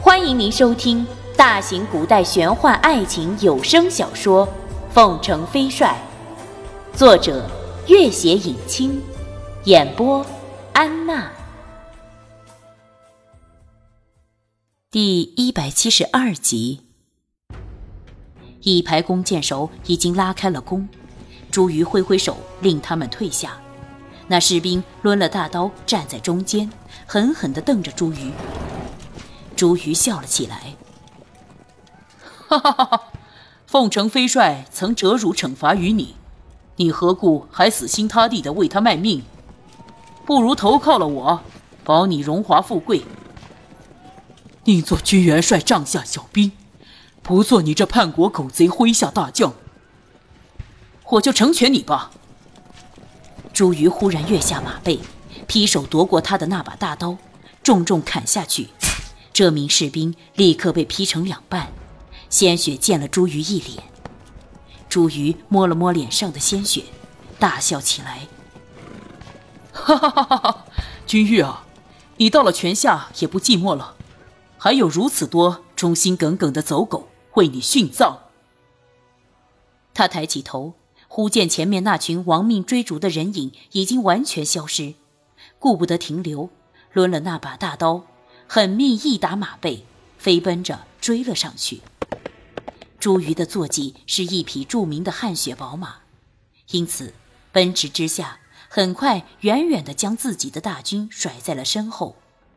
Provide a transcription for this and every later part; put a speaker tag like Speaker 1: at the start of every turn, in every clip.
Speaker 1: 欢迎您收听大型古代玄幻爱情有声小说《凤城飞帅》，作者月写影清，演播安娜。第172集。一排弓箭手已经拉开了弓，朱瑜挥挥手令他们退下。那士兵抡了大刀站在中间，狠狠地瞪着朱瑜。朱瑜笑了起来，哈哈哈哈！凤城飞帅曾折辱惩罚于你，你何故还死心塌地地为他卖命？不如投靠了我，保你荣华富贵。
Speaker 2: 宁做军元帅帐下小兵，不做你这叛国狗贼麾下大将。
Speaker 1: 我就成全你吧。朱瑜忽然跃下马背，劈手夺过他的那把大刀，重重砍下去。这名士兵立刻被劈成两半，鲜血溅了朱瑜一脸。朱瑜摸了摸脸上的鲜血，大笑起来，
Speaker 2: 哈哈哈哈！君玉啊，你到了泉下也不寂寞了，还有如此多忠心耿耿的走狗为你殉葬。
Speaker 1: 他抬起头，忽见前面那群亡命追逐的人影已经完全消失，顾不得停留，抡了那把大刀，狠命一打马背，飞奔着追了上去。朱瑜的坐骑是一匹著名的汗血宝马，因此奔驰之下，很快远远地将自己的大军甩在了身后。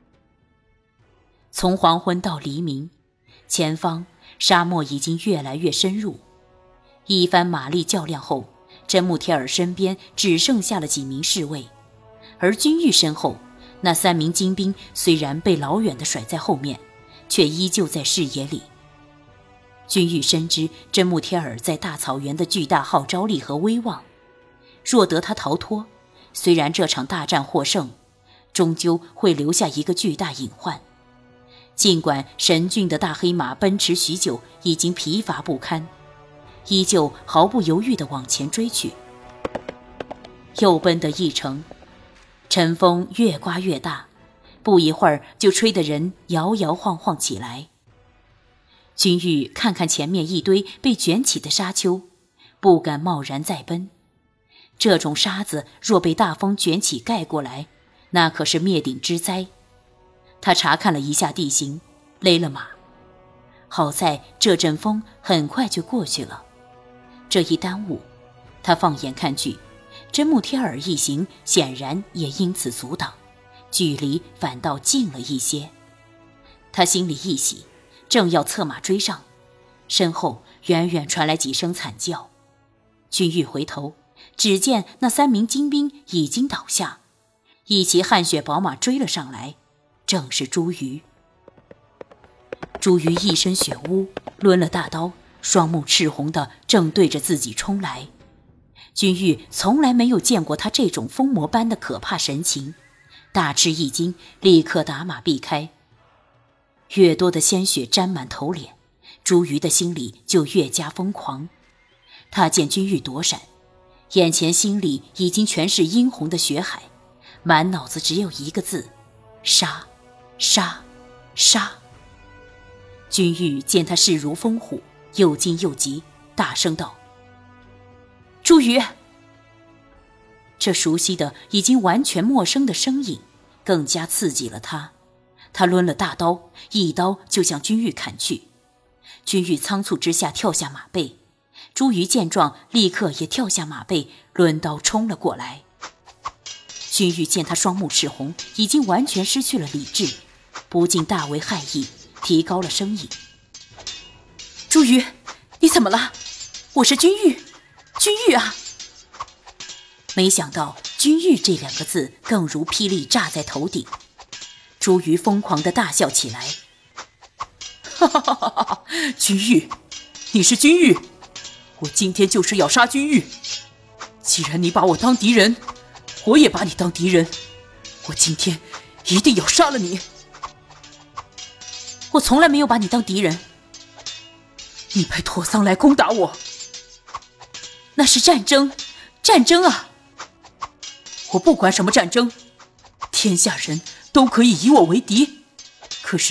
Speaker 1: 从黄昏到黎明，前方沙漠已经越来越深入。一番马力较量后，真木贴尔身边只剩下了几名侍卫，而君玉身后那3名精兵虽然被老远地甩在后面，却依旧在视野里。君玉深知真木贴尔在大草原的巨大号召力和威望，若得他逃脱，虽然这场大战获胜，终究会留下一个巨大隐患。尽管神骏的大黑马奔驰许久，已经疲乏不堪，依旧毫不犹豫地往前追去。又奔得一程，晨风越刮越大，不一会儿就吹得人摇摇晃晃起来。君玉看看前面一堆被卷起的沙丘，不敢贸然再奔。这种沙子若被大风卷起盖过来，那可是灭顶之灾。他查看了一下地形，勒了马。好在这阵风很快就过去了，这一耽误，他放眼看去，真木贴尔一行显然也因此阻挡，距离反倒近了一些。他心里一喜，正要策马追上，身后远远传来几声惨叫。君玉回头，只见那3名精兵已经倒下，一骑汗血宝马追了上来，正是朱瑜。朱瑜一身血污，抡了大刀，双目赤红的正对着自己冲来。君玉从来没有见过他这种疯魔般的可怕神情，大吃一惊，立刻打马避开。越多的鲜血沾满头脸，朱瑜的心里就越加疯狂。他见君玉躲闪，眼前心里已经全是殷红的血海，满脑子只有一个字：杀，杀，杀。君玉见他势如风虎，又惊又急，大声道：朱瑜！这熟悉的已经完全陌生的声音更加刺激了他。他抡了大刀，一刀就向君玉砍去。君玉仓促之下跳下马背，朱瑜见状立刻也跳下马背，抡刀冲了过来。君玉见他双目赤红，已经完全失去了理智，不禁大为骇异，提高了声音：朱瑜，你怎么了？我是君玉，君玉啊！没想到君玉这2个字更如霹雳炸在头顶。朱瑜疯狂地大笑起来，
Speaker 2: 哈哈哈哈！君玉，你是君玉，我今天就是要杀君玉。既然你把我当敌人，我也把你当敌人，我今天一定要杀了你。
Speaker 1: 我从来没有把你当敌人。
Speaker 2: 你派拓桑来攻打我，
Speaker 1: 那是战争，战争啊！
Speaker 2: 我不管什么战争，天下人都可以以我为敌，可是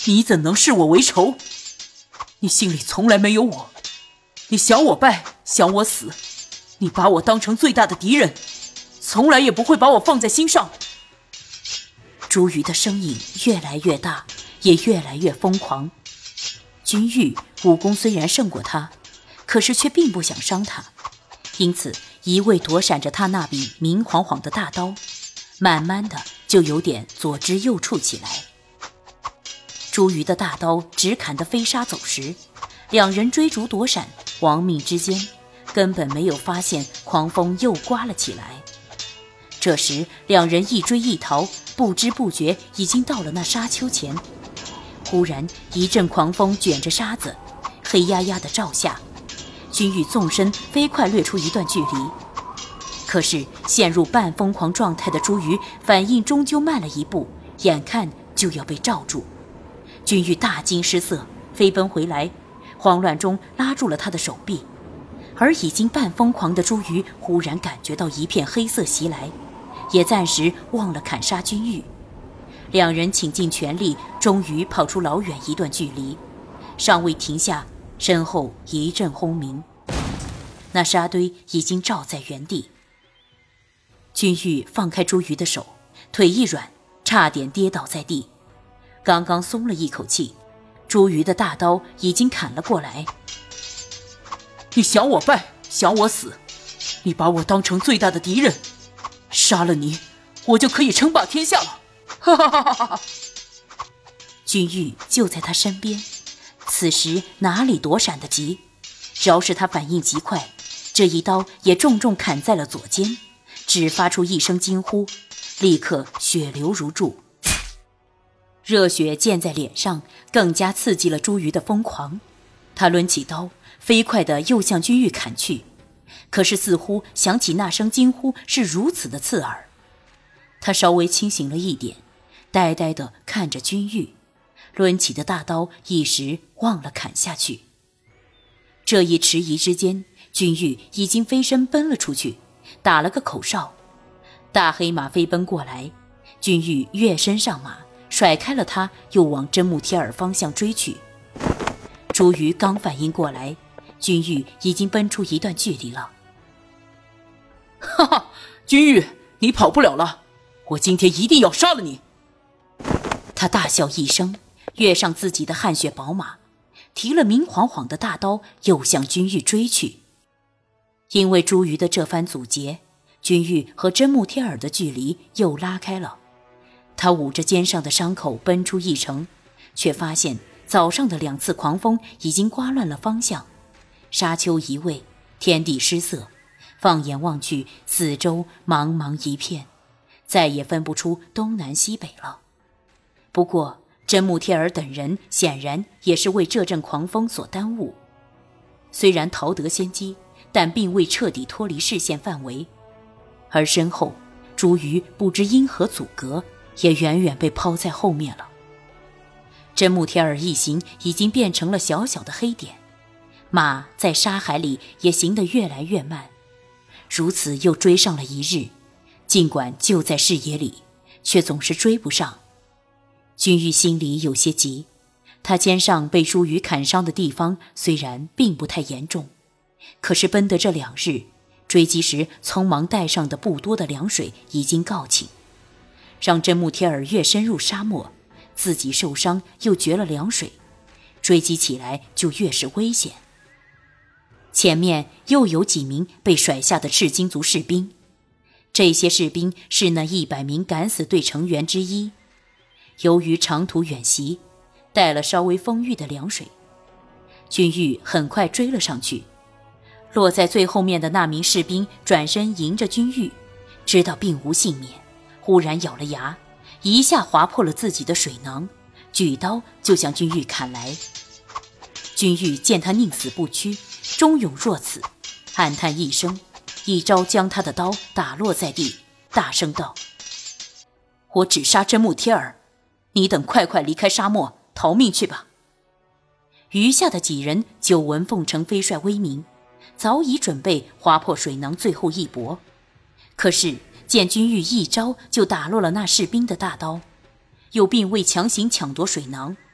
Speaker 2: 你怎能视我为仇？你心里从来没有我，你想我败，想我死，你把我当成最大的敌人，从来也不会把我放在心上。
Speaker 1: 朱瑜的声音越来越大，也越来越疯狂。君玉武功虽然胜过他，可是却并不想伤他，因此一味躲闪着他那柄明晃晃的大刀，慢慢的就有点左支右绌起来。朱瑜的大刀直砍得飞沙走石，两人追逐躲闪，亡命之间，根本没有发现狂风又刮了起来。这时两人一追一逃，不知不觉已经到了那沙丘前。忽然一阵狂风卷着沙子，黑压压的照下，君玉纵身飞快掠出一段距离。可是陷入半疯狂状态的朱瑜反应终究慢了一步，眼看就要被罩住。君玉大惊失色，飞奔回来，慌乱中拉住了他的手臂。而已经半疯狂的朱瑜忽然感觉到一片黑色袭来，也暂时忘了砍杀君玉。两人倾尽全力，终于跑出老远一段距离，尚未停下，身后一阵轰鸣，那沙堆已经罩在原地。君玉放开朱瑜的手，腿一软，差点跌倒在地。刚刚松了一口气，朱瑜的大刀已经砍了过来。
Speaker 2: 你想我败，想我死，你把我当成最大的敌人，杀了你，我就可以称霸天下了！哈哈哈哈哈！
Speaker 1: 君玉就在他身边，此时哪里躲闪得及？饶是他反应极快，这一刀也重重砍在了左肩，只发出一声惊呼，立刻血流如注。热血溅在脸上，更加刺激了朱瑜的疯狂。他抡起刀，飞快地又向君玉砍去，可是似乎想起那声惊呼是如此的刺耳。他稍微清醒了一点，呆呆地看着君玉，抡起的大刀一时忘了砍下去。这一迟疑之间，君玉已经飞身奔了出去，打了个口哨。大黑马飞奔过来，君玉跃身上马，甩开了他，又往真木贴尔方向追去。朱瑜刚反应过来，君玉已经奔出一段距离了。
Speaker 2: 哈哈，君玉，你跑不了了，我今天一定要杀了你！
Speaker 1: 他大笑一声，跃上自己的汗血宝马，提了明晃晃的大刀，又向君玉追去。因为朱瑜的这番阻截，君玉和真木贴尔的距离又拉开了。他捂着肩上的伤口奔出一程，却发现早上的2次狂风已经刮乱了方向，沙丘移位，天地失色，放眼望去，四周茫茫一片，再也分不出东南西北了。不过真木贴尔等人显然也是为这阵狂风所耽误，虽然逃得先机，但并未彻底脱离视线范围。而身后朱瑜不知因何阻隔，也远远被抛在后面了。真木贴尔一行已经变成了小小的黑点，马在沙海里也行得越来越慢。如此又追上了一日，尽管就在视野里，却总是追不上。君玉心里有些急，他肩上被朱瑜砍伤的地方虽然并不太严重，可是奔得这2日，追击时匆忙带上的不多的凉水已经告罄，让真木贴尔越深入沙漠，自己受伤又绝了凉水，追击起来就越是危险。前面又有几名被甩下的赤金族士兵，这些士兵是那100名敢死队成员之一。由于长途远袭，带了稍微丰裕的凉水，君玉很快追了上去。落在最后面的那名士兵转身迎着君玉，知道并无幸免，忽然咬了牙，一下划破了自己的水囊，举刀就向君玉砍来。君玉见他宁死不屈，忠勇若此，暗叹一声，一招将他的刀打落在地，大声道：我只杀真木贴尔，你等快快离开沙漠，逃命去吧。余下的几人久闻凤城飞帅威名，早已准备划破水囊最后一搏。可是见君玉一招就打落了那士兵的大刀，又并未强行抢夺水囊，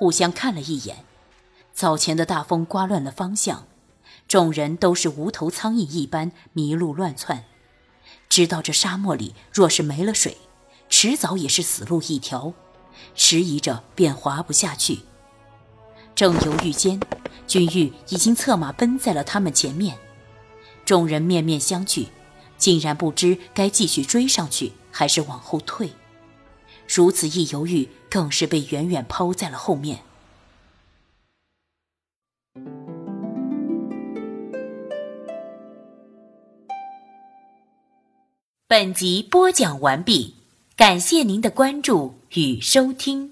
Speaker 1: 互相看了一眼，早前的大风刮乱了方向，众人都是无头苍蝇一般迷路乱窜，知道这沙漠里若是没了水，迟早也是死路一条，迟疑着便滑不下去。正犹豫间，君玉已经策马奔在了他们前面，众人面面相觑，竟然不知该继续追上去还是往后退，如此一犹豫，更是被远远抛在了后面。本集播讲完毕，感谢您的关注与收听。